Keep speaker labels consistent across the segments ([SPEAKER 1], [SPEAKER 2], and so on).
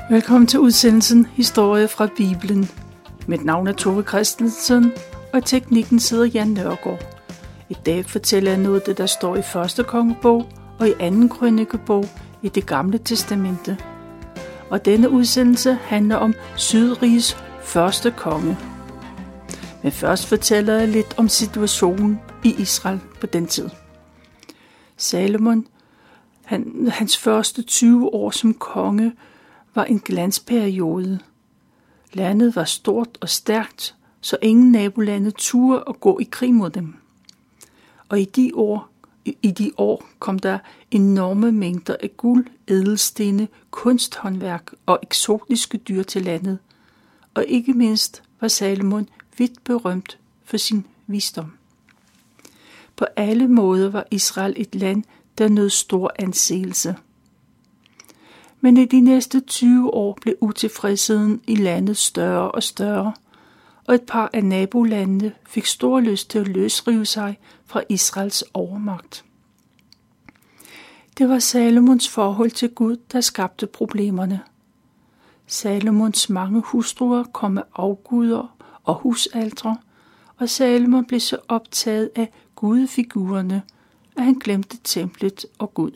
[SPEAKER 1] Velkommen til udsendelsen Historie fra Bibelen. Mit navn er Tove Christensen, og i teknikken sidder Jan Nørgaard. I dag fortæller jeg noget af det, der står i første kongebog og i anden krønikebog i Det Gamle Testamente. Og denne udsendelse handler om Sydriges første konge. Men først fortæller jeg lidt om situationen i Israel på den tid. Salomon, hans første 20 år som konge, var en glansperiode. Landet var stort og stærkt, så ingen nabolande turde at gå i krig mod dem. Og i de år kom der enorme mængder af guld, ædelstene, kunsthåndværk og eksotiske dyr til landet. Og ikke mindst var Salomon vidt berømt for sin visdom. På alle måder var Israel et land, der nød stor anseelse. Men i de næste 20 år blev utilfredsheden i landet større og større, og et par af nabolandene fik stor lyst til at løsrive sig fra Israels overmagt. Det var Salomons forhold til Gud, der skabte problemerne. Salomons mange hustruer kom med afguder og husaltre, og Salomon blev så optaget af gudefigurerne, at han glemte templet og Gud.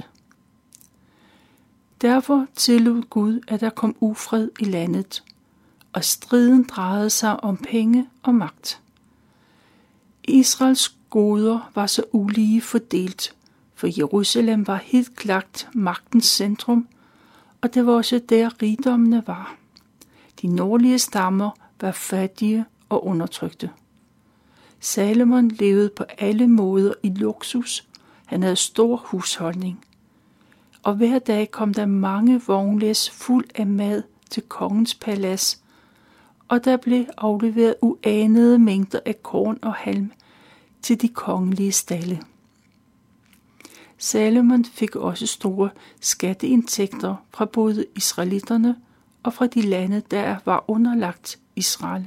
[SPEAKER 1] Derfor tillod Gud, at der kom ufred i landet, og striden drejede sig om penge og magt. Israels goder var så ulige fordelt, for Jerusalem var helt klart magtens centrum, og det var også der rigdommene var. De nordlige stammer var fattige og undertrykte. Salomon levede på alle måder i luksus. Han havde stor husholdning. Og hver dag kom der mange vognlæs fuld af mad til kongens palads, og der blev afleveret uanede mængder af korn og halm til de kongelige stalde. Salomon fik også store skatteindtægter fra både israelitterne og fra de lande, der var underlagt Israel.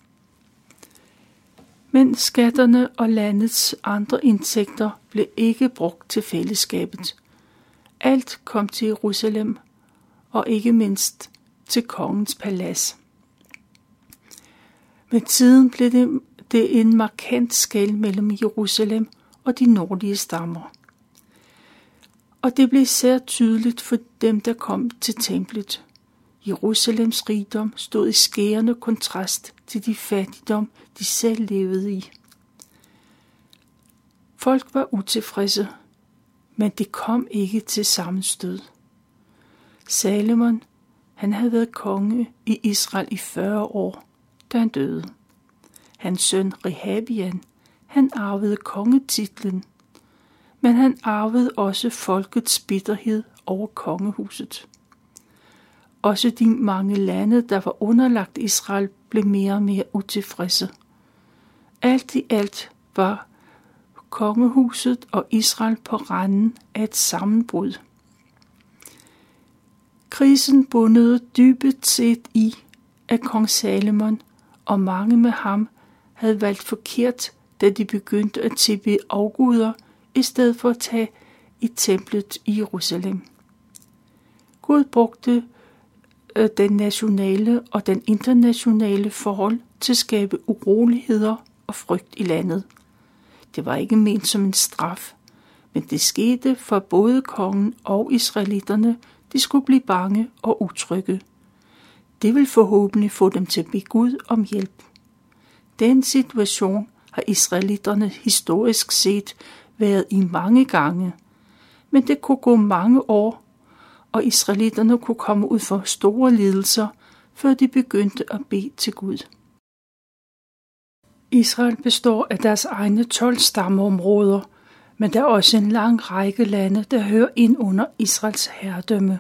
[SPEAKER 1] Men skatterne og landets andre indtægter blev ikke brugt til fællesskabet. Alt kom til Jerusalem, og ikke mindst til kongens palads. Med tiden blev det en markant skel mellem Jerusalem og de nordlige stammer. Og det blev især tydeligt for dem, der kom til templet. Jerusalems rigdom stod i skærende kontrast til de fattigdom, de selv levede i. Folk var utilfredse, men det kom ikke til sammenstød. Salomon, han havde været konge i Israel i 40 år, da han døde. Hans søn Rehabian, han arvede kongetitlen, men han arvede også folkets bitterhed over kongehuset. Også de mange lande, der var underlagt Israel, blev mere og mere utilfredse. Alt i alt var kongehuset og Israel på randen af et sammenbrud. Krisen bundede dybest set i, at kong Salomon og mange med ham havde valgt forkert, da de begyndte at tilbede afguder, i stedet for at tage i templet i Jerusalem. Gud brugte den nationale og den internationale forhold til at skabe uroligheder og frygt i landet. Det var ikke ment som en straf, men det skete for både kongen og israelitterne, de skulle blive bange og utrygge. Det vil forhåbentlig få dem til at bede Gud om hjælp. Den situation har israelitterne historisk set været i mange gange, men det kunne gå mange år, og israelitterne kunne komme ud for store lidelser, før de begyndte at bede til Gud. Israel består af deres egne 12 stammeområder, men der er også en lang række lande, der hører ind under Israels herredømme.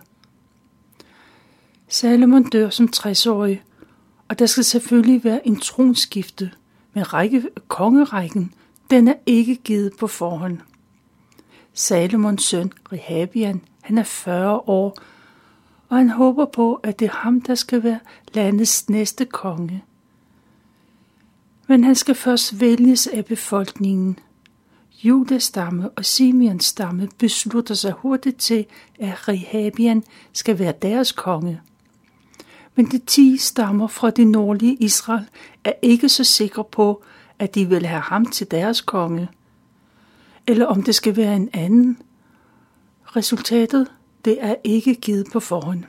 [SPEAKER 1] Salomon dør som 60-årig, og der skal selvfølgelig være en tronskifte, men kongerækken, den er ikke givet på forhånd. Salomons søn Rehabian, han er 40 år, og han håber på, at det er ham, der skal være landets næste konge. Men han skal først vælges af befolkningen. Judas stamme og Simeons stamme beslutter sig hurtigt til, at Rehabian skal være deres konge. Men de 10 stammer fra det nordlige Israel er ikke så sikre på, at de vil have ham til deres konge, eller om det skal være en anden. Resultatet, det er ikke givet på forhånd.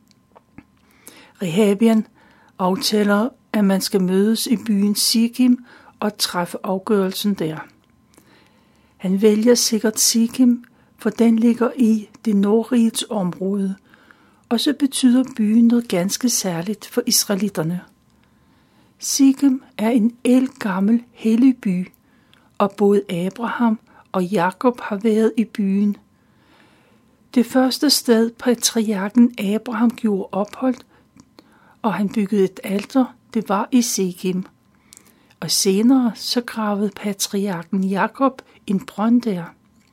[SPEAKER 1] Rehabian aftaler, at man skal mødes i byen Sikim og træffe afgørelsen der. Han vælger sikkert Sikim, for den ligger i det nordrigets område, og så betyder byen noget ganske særligt for israelitterne. Sikim er en ældgammel hellig by, og både Abraham og Jakob har været i byen. Det første sted patriarken Abraham gjorde ophold, og han byggede et alter, det var i Sikim. Og senere så gravede patriarken Jakob en brønd der.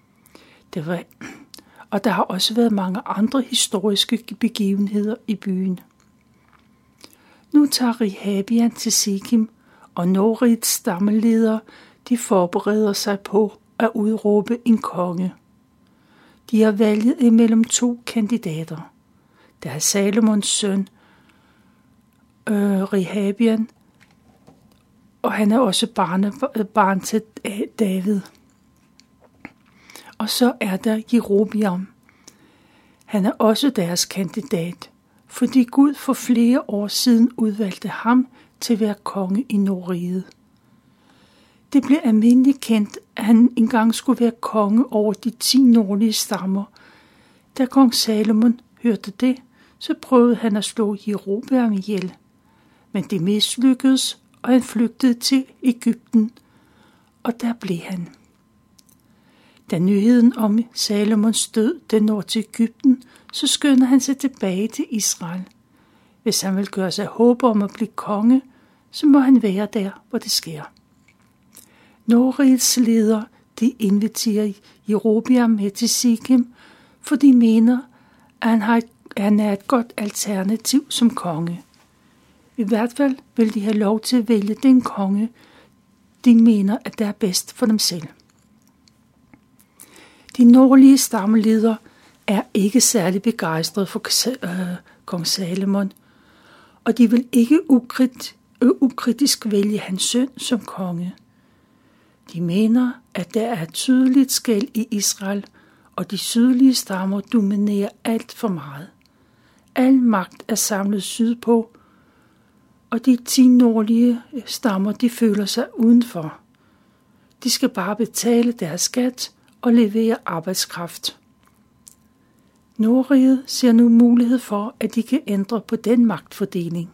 [SPEAKER 1] Og der har også været mange andre historiske begivenheder i byen. Nu tager Rehabian til Sikim, og nordrigets stammeledere, de forbereder sig på at udråbe en konge. De har valget imellem 2 kandidater. Der er Salomons søn, Rehabian, og han er også barn til David. Og så er der Jerobiam. Han er også deres kandidat, fordi Gud for flere år siden udvalgte ham til at være konge i Nordriget. Det blev almindeligt kendt, at han engang skulle være konge over de 10 nordlige stammer. Da kong Salomon hørte det, så prøvede han at slå Jerobiam ihjel. Men det mislykkedes, og han flygtede til Egypten, og der blev han. Da nyheden om Salomons død den når til Egypten, så skynder han sig tilbage til Israel. Hvis han vil gøre sig håb om at blive konge, så må han være der, hvor det sker. Nordrigets ledere, de inviterer Jerobiam med til Sikim, for de mener, at han er et godt alternativ som konge. I hvert fald vil de have lov til at vælge den konge, de mener, at det er bedst for dem selv. De nordlige stammeledere er ikke særlig begejstrede for kong Salomon, og de vil ikke ukritisk vælge hans søn som konge. De mener, at der er et tydeligt skel i Israel, og de sydlige stammer dominerer alt for meget. Al magt er samlet sydpå, og de 10 nordlige stammer, de føler sig udenfor. De skal bare betale deres skat og levere arbejdskraft. Nordriget ser nu mulighed for, at de kan ændre på den magtfordeling.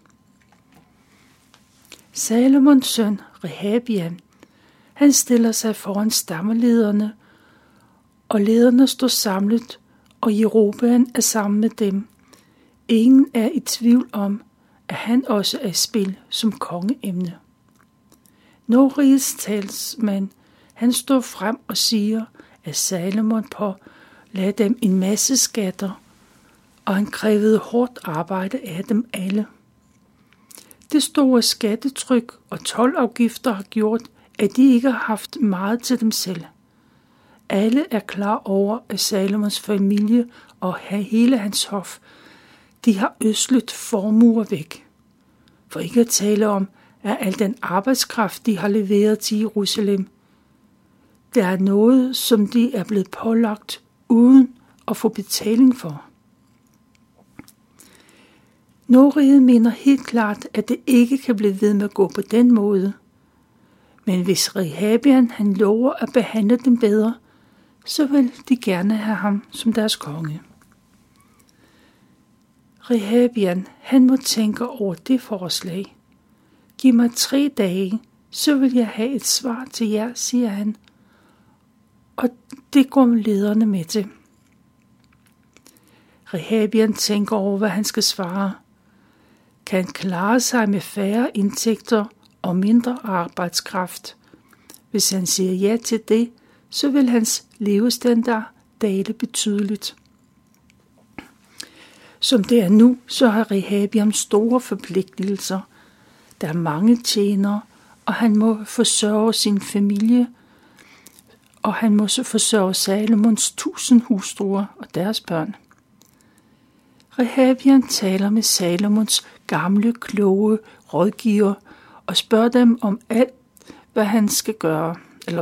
[SPEAKER 1] Salomons søn Rehabian, han stiller sig foran stammelederne, og lederne står samlet, og Jerobiam er sammen med dem. Ingen er i tvivl om, at han også er i spil som kongeemne. Nordrigets talsmand, han står frem og siger, at Salomon lagde dem en masse skatter, og han krævede hårdt arbejde af dem alle. Det store skattetryk og toldafgifter har gjort, at de ikke har haft meget til dem selv. Alle er klar over, at Salomons familie og hele hans hof, de har ødslet formuer væk. For ikke at tale om, at al den arbejdskraft, de har leveret til Jerusalem, der er noget, som de er blevet pålagt uden at få betaling for. Nordriget mener helt klart, at det ikke kan blive ved med at gå på den måde. Men hvis Rehabian han lover at behandle dem bedre, så vil de gerne have ham som deres konge. Rehabian, han må tænke over det forslag. Giv mig 3 dage, så vil jeg have et svar til jer, siger han. Og det går lederne med til. Rehabian tænker over, hvad han skal svare. Kan han klare sig med færre indtægter og mindre arbejdskraft? Hvis han siger ja til det, så vil hans levestandard dale betydeligt. Som det er nu, så har Rehabiam store forpligtelser. Der er mange tjenere, og han må forsørge sin familie, og han må så forsørge Salomons 1000 hustruer og deres børn. Rehabian taler med Salomons gamle, kloge rådgiver og spørger dem om alt, hvad han skal gøre.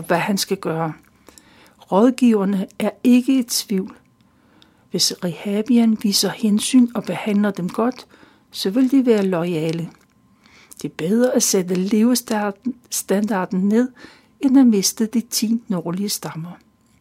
[SPEAKER 1] Rådgiverne er ikke i tvivl. Hvis Rehabian viser hensyn og behandler dem godt, så vil de være loyale. Det er bedre at sætte levestandarden ned, end at miste de 10 nordlige stammer.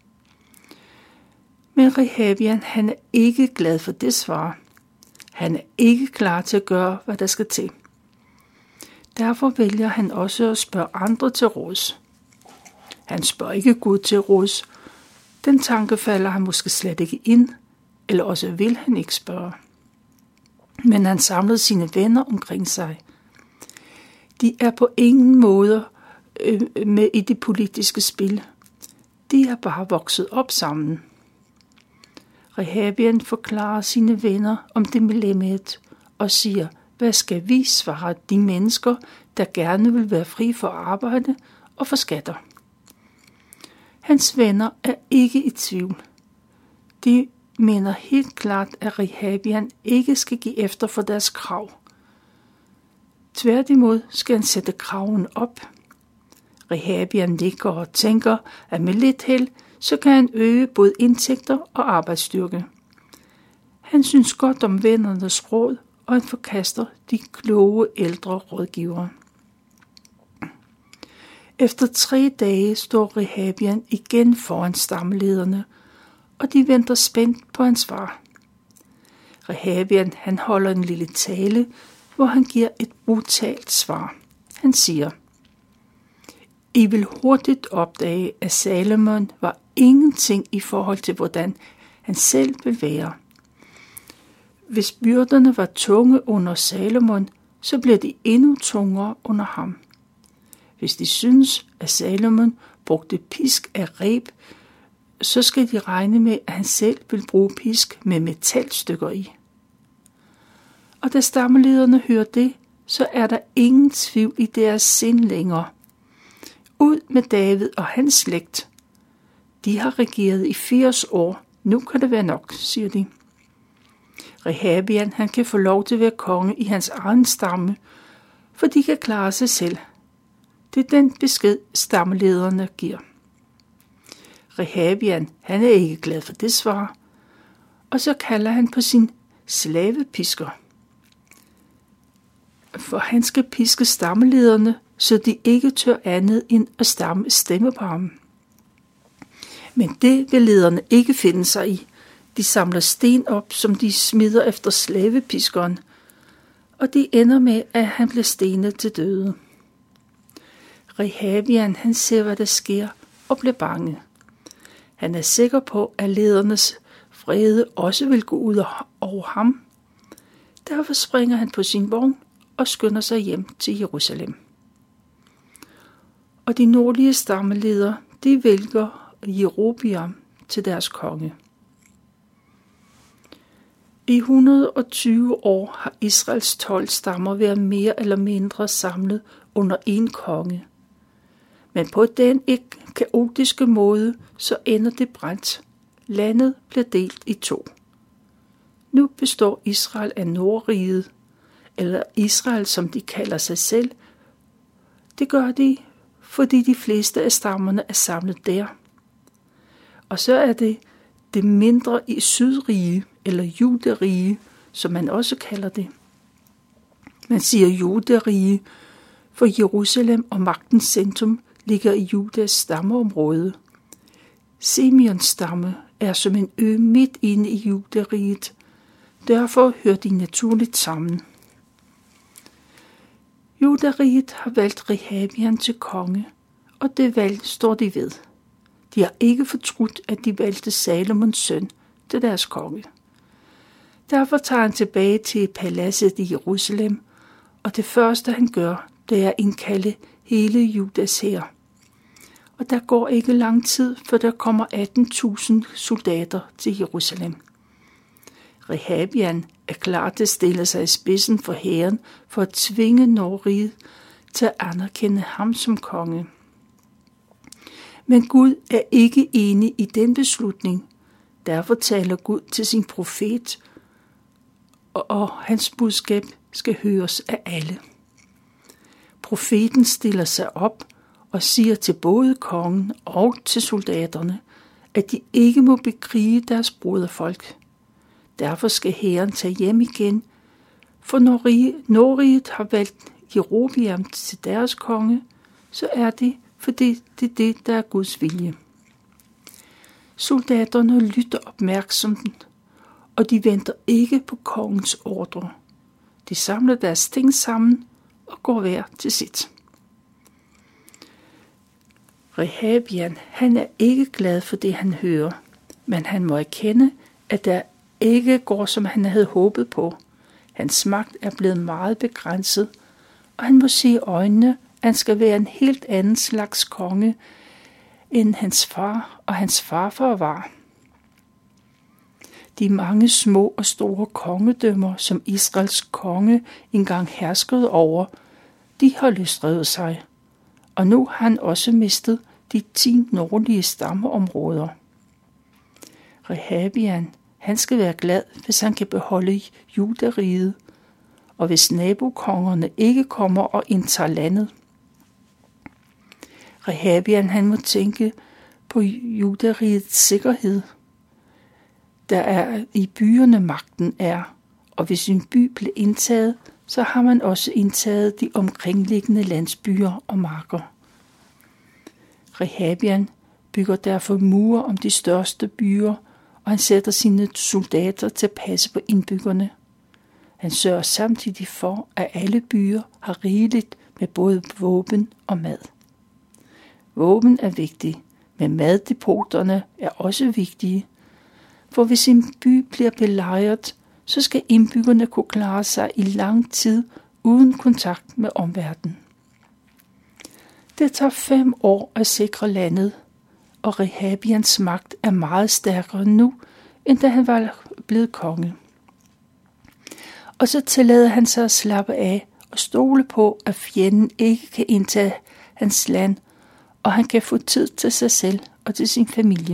[SPEAKER 1] Men Rehabian, han er ikke glad for det svar. Han er ikke klar til at gøre, hvad der skal til. Derfor vælger han også at spørge andre til råds. Han spørger ikke Gud til råds. Den tanke falder han måske slet ikke ind, eller også vil han ikke spørge. Men han samlede sine venner omkring sig. De er på ingen måde med i det politiske spil. De er bare vokset op sammen. Rehabian forklarer sine venner om dilemmaet og siger, hvad skal vi svare de mennesker, der gerne vil være fri for arbejde og for skatter? Hans venner er ikke i tvivl. De mener helt klart, at Rehabian ikke skal give efter for deres krav. Tværtimod skal han sætte kraven op. Rehabian ligger og tænker, at med lidt held, så kan han øge både indtægter og arbejdsstyrke. Han synes godt om vennernes råd, og han forkaster de kloge ældre rådgivere. Efter 3 dage står Rehabian igen foran stammelederne, og de venter spændt på hans svar. Rehabian, han holder en lille tale, hvor han giver et brutalt svar. Han siger, I vil hurtigt opdage, at Salomon var ingenting i forhold til, hvordan han selv vil være. Hvis byrderne var tunge under Salomon, så bliver de endnu tungere under ham. Hvis de synes, at Salomon brugte pisk af reb, så skal de regne med, at han selv vil bruge pisk med metalstykker i. Og da stammelederne hører det, så er der ingen tvivl i deres sind længere. Ud med David og hans slægt. De har regeret i 80 år. Nu kan det være nok, siger de. Rehabian, han kan få lov til at være konge i hans egen stamme, for de kan klare sig selv. Det er den besked, stammelederne giver. Rehabian, han er ikke glad for det svar, og så kalder han på sin slavepisker. For han skal piske stammelederne, så de ikke tør andet end at stemme på ham. Men det vil lederne ikke finde sig i. De samler sten op, som de smider efter slavepiskeren, og de ender med, at han bliver stenet til døde. Rehabian, han ser, hvad der sker, og bliver bange. Han er sikker på, at ledernes vrede også vil gå ud over ham. Derfor springer han på sin vogn og skynder sig hjem til Jerusalem. Og de nordlige stammeledere, de vælger Jerobiam til deres konge. I 120 år har Israels 12 stammer været mere eller mindre samlet under en konge. Men på den ikke kaotiske måde, så ender det brændt. Landet bliver delt i 2. Nu består Israel af Nordriget, eller Israel, som de kalder sig selv. Det gør de, fordi de fleste af stammerne er samlet der. Og så er det mindre i Sydrige, eller Juderige, som man også kalder det. Man siger Juderige, for Jerusalem og magtens centrum ligger i Judas stammeområde. Simeons stamme er som en ø midt inde i Juderiget. Derfor hører de naturligt sammen. Juderiget har valgt Rehabian til konge, og det valg står de ved. De har ikke fortrudt, at de valgte Salomons søn til deres konge. Derfor tager han tilbage til paladset i Jerusalem, og det første han gør, det er at indkalde hele Judas hær. Og der går ikke lang tid, før der kommer 18.000 soldater til Jerusalem. Rehabian er klar til at stille sig i spidsen for hæren for at tvinge Nordriget til at anerkende ham som konge. Men Gud er ikke enig i den beslutning. Derfor taler Gud til sin profet og hans budskab skal høres af alle. Profeten stiller sig op og siger til både kongen og til soldaterne, at de ikke må bekrige deres broderfolk. Derfor skal hæren tage hjem igen, for når riget har valgt Jerobeam til deres konge, så er det, fordi det er det, der er Guds vilje. Soldaterne lytter opmærksomt, og de venter ikke på kongens ordre. De samler deres ting sammen og går hver til sit. Rehabian, han er ikke glad for det, han hører, men han må erkende, at der ikke går, som han havde håbet på. Hans magt er blevet meget begrænset, og han må se i øjnene, at han skal være en helt anden slags konge, end hans far og hans farfar var. De mange små og store kongedømmer, som Israels konge engang herskede over, de har løsrevet sig, og nu har han også mistet de 10 nordlige stammeområder. Rehabian, han skal være glad, hvis han kan beholde Judariget, og hvis nabokongerne ikke kommer og indtager landet. Rehabian, han må tænke på Judarigets sikkerhed, der er i byerne magten er, og hvis en by bliver indtaget, så har man også indtaget de omkringliggende landsbyer og marker. Rehabian bygger derfor mure om de største byer, og han sætter sine soldater til at passe på indbyggerne. Han sørger samtidig for, at alle byer har rigeligt med både våben og mad. Våben er vigtigt, men maddepoterne er også vigtige, for hvis en by bliver belejret, så skal indbyggerne kunne klare sig i lang tid uden kontakt med omverdenen. Det tager 5 år at sikre landet, og Rehabians magt er meget stærkere nu, end da han var blevet konge. Og så tillader han sig at slappe af og stole på, at fjenden ikke kan indtage hans land, og han kan få tid til sig selv og til sin familie.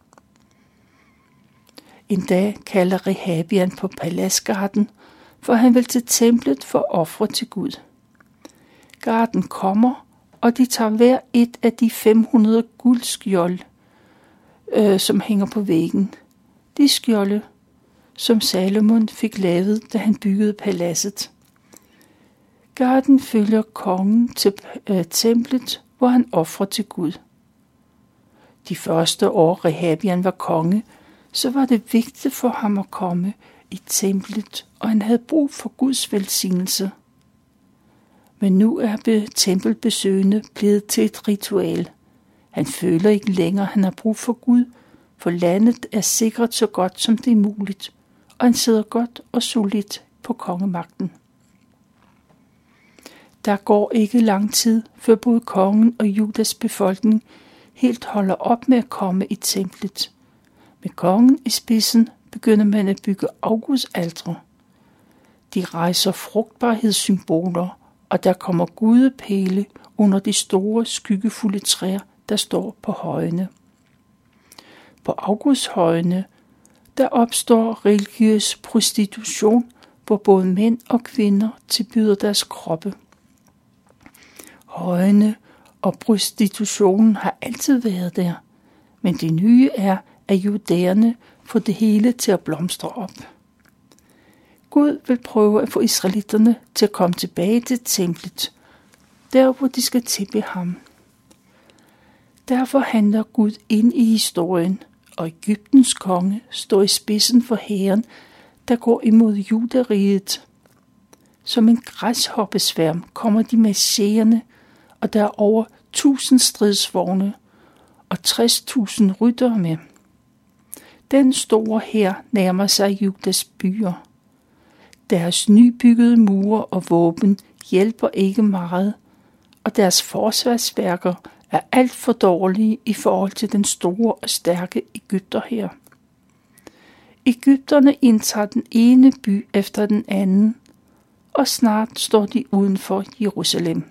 [SPEAKER 1] En dag kalder Rehabian på paladsgarden, for han vil til templet for ofre til Gud. Garden kommer, og de tager hver et af de 500 guldskjold, som hænger på væggen. De skjolde, som Salomon fik lavet, da han byggede paladset. Garden følger kongen til templet, hvor han ofrer til Gud. De første år Rehabian var konge, så var det vigtigt for ham at komme i templet, og han havde brug for Guds velsignelse. Men nu er tempelbesøgende blevet til et ritual. Han føler ikke længere, at han har brug for Gud, for landet er sikret så godt, som det er muligt, og han sidder godt og solidt på kongemagten. Der går ikke lang tid, før både kongen og Judas befolkning helt holder op med at komme i templet. Med kongen i spidsen begynder man at bygge afgudsaltre. De rejser frugtbarhedssymboler, og der kommer gudepæle under de store, skyggefulde træer, der står på højene. På afgudshøjene, der opstår religiøs prostitution, hvor både mænd og kvinder tilbyder deres kroppe. Højene og prostitutionen har altid været der, men det nye er, at judæerne får det hele til at blomstre op. Gud vil prøve at få israelitterne til at komme tilbage til templet, der hvor de skal tilbe ham. Derfor handler Gud ind i historien, og Egyptens konge står i spidsen for hæren, der går imod Judariget. Som en græshoppesværm kommer de marcherende, og der er over 1000 stridsvogne og 60.000 ryttere med. Den store hær nærmer sig Judas byer. Deres nybyggede mure og våben hjælper ikke meget, og deres forsvarsværker er alt for dårlige i forhold til den store og stærke egypterhær. Egypterne indtager den ene by efter den anden, og snart står de uden for Jerusalem.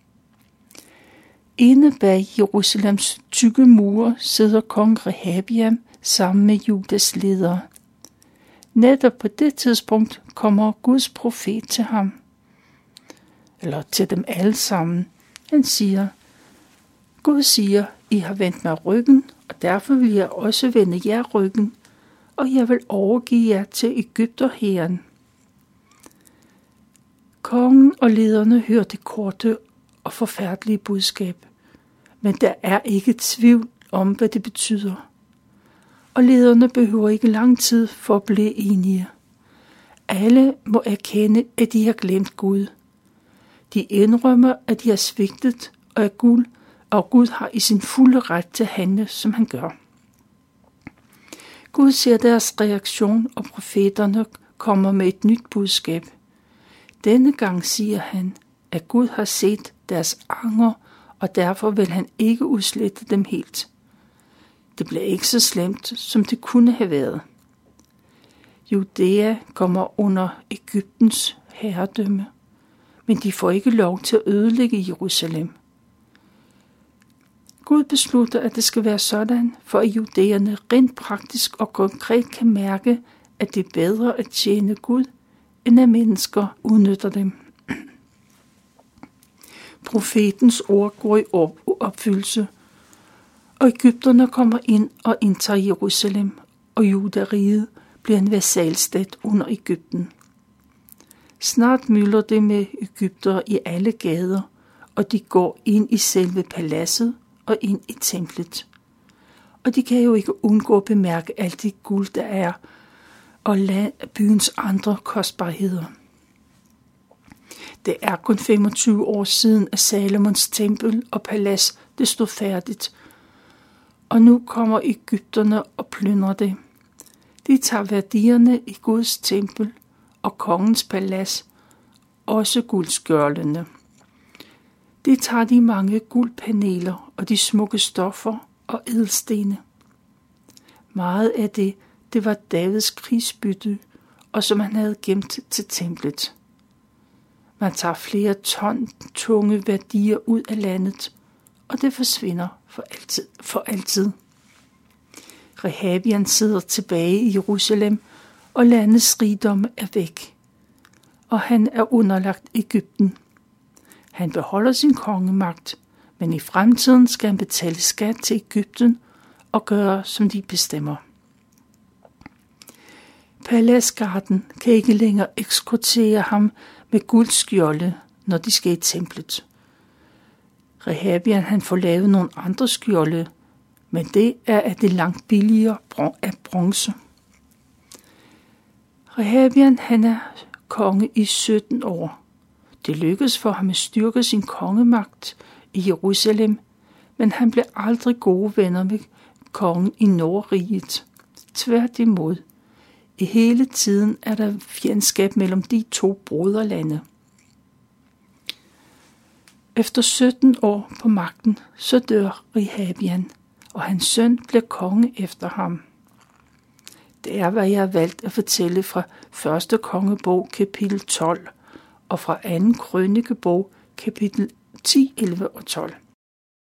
[SPEAKER 1] Inde bag Jerusalems tykke mure sidder kong Rehabiam sammen med Judas ledere. Netop på det tidspunkt kommer Guds profet til ham, eller til dem alle sammen. Han siger, Gud siger, I har vendt mig ryggen, og derfor vil jeg også vende jer ryggen, og jeg vil overgive jer til Egypterhæren. Kongen og lederne hører det korte og forfærdelige budskab, men der er ikke tvivl om, hvad det betyder. Og lederne behøver ikke lang tid for at blive enige. Alle må erkende, at de har glemt Gud. De indrømmer, at de har svigtet, og Gud har i sin fulde ret til at handle, som han gør. Gud ser deres reaktion, og profeterne kommer med et nyt budskab. Denne gang siger han, at Gud har set deres anger, og derfor vil han ikke udslette dem helt. Det bliver ikke så slemt, som det kunne have været. Judæa kommer under Egyptens herredømme, men de får ikke lov til at ødelægge Jerusalem. Gud beslutter, at det skal være sådan, for at judæerne rent praktisk og konkret kan mærke, at det er bedre at tjene Gud, end at mennesker udnytter dem. Profetens ord går i opfyldelse, og egypterne kommer ind og indtager Jerusalem, og Judariget bliver en vasalstat under Egypten. Snart myldrer det med egyptere i alle gader, og de går ind i selve paladset og ind i templet. Og de kan jo ikke undgå at bemærke alt det guld, der er, og byens andre kostbarheder. Det er kun 25 år siden, at Salomons tempel og palads det stod færdigt, og nu kommer egypterne og plyndrer det. De tager værdierne i Guds tempel og kongens palads, også guldskjorlene. De tager de mange guldpaneler og de smukke stoffer og ædelstene. Meget af det var Davids krigsbytte, og som han havde gemt til templet. Man tager flere ton tunge værdier ud af landet, og det forsvinder for altid. Rehabian sidder tilbage i Jerusalem, og landets rigdom er væk. Og han er underlagt Egypten. Han beholder sin kongemagt, men i fremtiden skal han betale skat til Egypten og gøre, som de bestemmer. Paladsgarden kan ikke længere ekskortere ham med guldskjolde, når de skal i templet. Rehabian han får lavet nogle andre skjolde, men det er af det langt billigere af bronze. Rehabian han er konge i 17 år. Det lykkedes for ham at styrke sin kongemagt i Jerusalem, men han blev aldrig gode venner med kongen i Nordriget. Tværtimod. I hele tiden er der fjendskab mellem de to broderlande. Efter 17 år på magten, så dør Rehabian, og hans søn bliver konge efter ham. Det er, hvad jeg har valgt at fortælle fra 1. kongebog, kapitel 12, og fra 2. krønikebog, kapitel 10, 11 og 12.